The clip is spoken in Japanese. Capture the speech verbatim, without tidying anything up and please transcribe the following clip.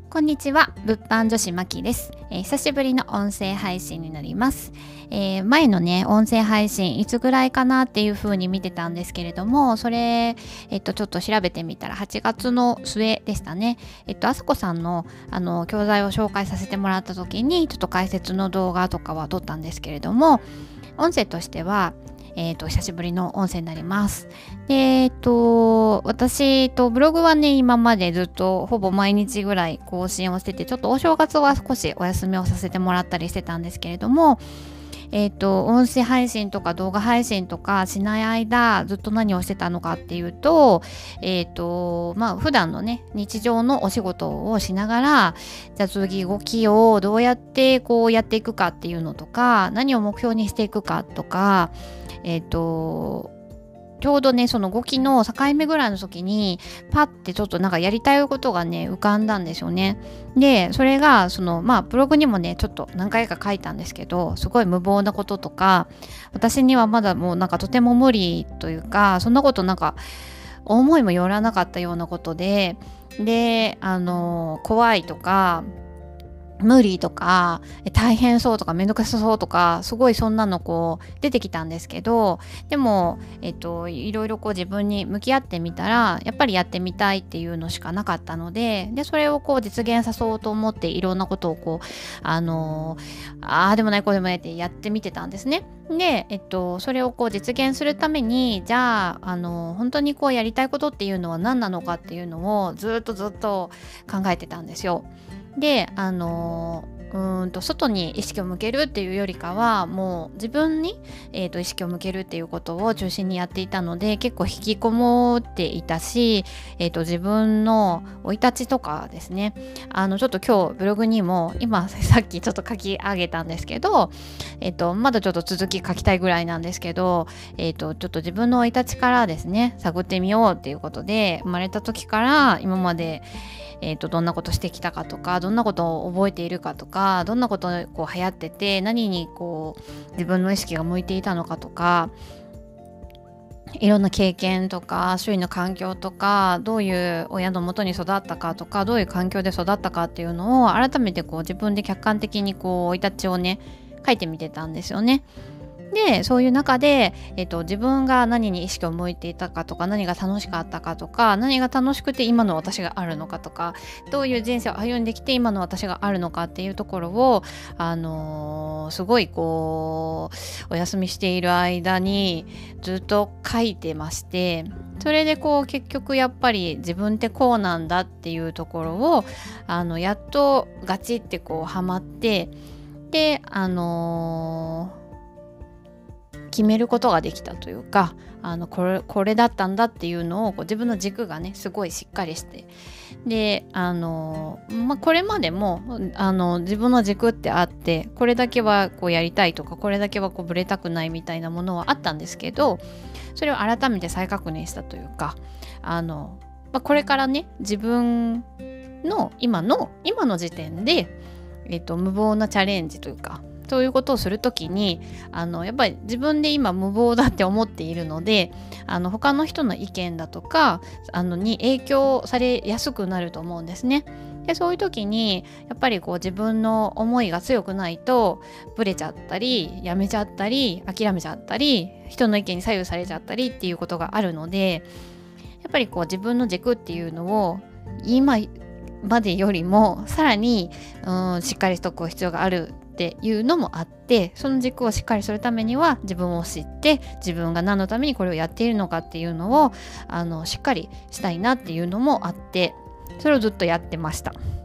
こんにちは、物販女子まきです、えー、久しぶりの音声配信になります、えー、前のね音声配信いつぐらいかなっていう風に見てたんですけれども、それえっとちょっと調べてみたらはちがつの末でしたね。えっとあすこさんのあの教材を紹介させてもらった時にちょっと解説の動画とかは撮ったんですけれども、音声としてはえーと、久しぶりの音声になります。で、えっと、私とブログはね、今までずっとほぼ毎日ぐらい更新をしてて、ちょっとお正月は少しお休みをさせてもらったりしてたんですけれども、えっと、音声配信とか動画配信とかしない間、ずっと何をしてたのかっていうと、えっと、まあ、普段のね、日常のお仕事をしながら、じゃあ次動きをどうやってこうやっていくかっていうのとか、何を目標にしていくかとか、えっと、ちょうどねその動きの境目ぐらいの時にパッてちょっとなんかやりたいことがね浮かんだんですよね。でそれがそのまあブログにもねちょっと何回か書いたんですけど、すごい無謀なこととか、私にはまだもうなんかとても無理というか、そんなことなんか思いもよらなかったようなことで、であの怖いとか無理とか大変そうとかめんどくさそうとか、すごいそんなのこう出てきたんですけど、でも、えっと、いろいろこう自分に向き合ってみたらやっぱりやってみたいっていうのしかなかったので、でそれをこう実現さそうと思っていろんなことをこうあのああでもないこうでもないってやってみてたんですね。で、えっと、それをこう実現するためにじゃあ、あの本当にこうやりたいことっていうのは何なのかっていうのをずっとずっと考えてたんですよ。であのうーんと外に意識を向けるっていうよりかはもう自分に、えーと、意識を向けるっていうことを中心にやっていたので、結構引きこもっていたし、えーと、自分の生い立ちとかですね、あのちょっと今日ブログにも今さっきちょっと書き上げたんですけど、えーと、まだちょっと続き書きたいぐらいなんですけど、えーと、ちょっと自分の生い立ちからですね探ってみようっていうことで、生まれた時から今までえーと、どんなことしてきたかとか、どんなことを覚えているかとか、どんなことこう流行ってて何にこう自分の意識が向いていたのかとか、いろんな経験とか周囲の環境とか、どういう親の元に育ったかとか、どういう環境で育ったかっていうのを改めてこう自分で客観的にこう生い立ちをね書いてみてたんですよね。でそういう中で、えっと、自分が何に意識を向いていたかとか、何が楽しかったかとか、何が楽しくて今の私があるのかとか、どういう人生を歩んできて今の私があるのかっていうところを、あのー、すごいこうお休みしている間にずっと書いてまして、それでこう結局やっぱり自分ってこうなんだっていうところをあのやっとガチってこうハマって、であのー決めることができたというか、あのこれ、これだったんだっていうのをこう自分の軸がねすごいしっかりして、であの、まあ、これまでもあの自分の軸ってあって、これだけはこうやりたいとか、これだけはこうブレたくないみたいなものはあったんですけど、それを改めて再確認したというか、あの、まあ、これからね自分の今の今の時点で、えっと、無謀なチャレンジというか、そういうことをするときにあのやっぱり自分で今無謀だって思っているので、あの他の人の意見だとかあのに影響されやすくなると思うんですね。でそういう時にやっぱりこう自分の思いが強くないとブレちゃったりやめちゃったり諦めちゃったり人の意見に左右されちゃったりっていうことがあるので、やっぱりこう自分の軸っていうのを今までよりもさらに、うん、しっかりしとく必要があるっていうのもあって、その軸をしっかりするためには自分を知って、自分が何のためにこれをやっているのかっていうのをあのしっかりしたいなっていうのもあって、それをずっとやってました。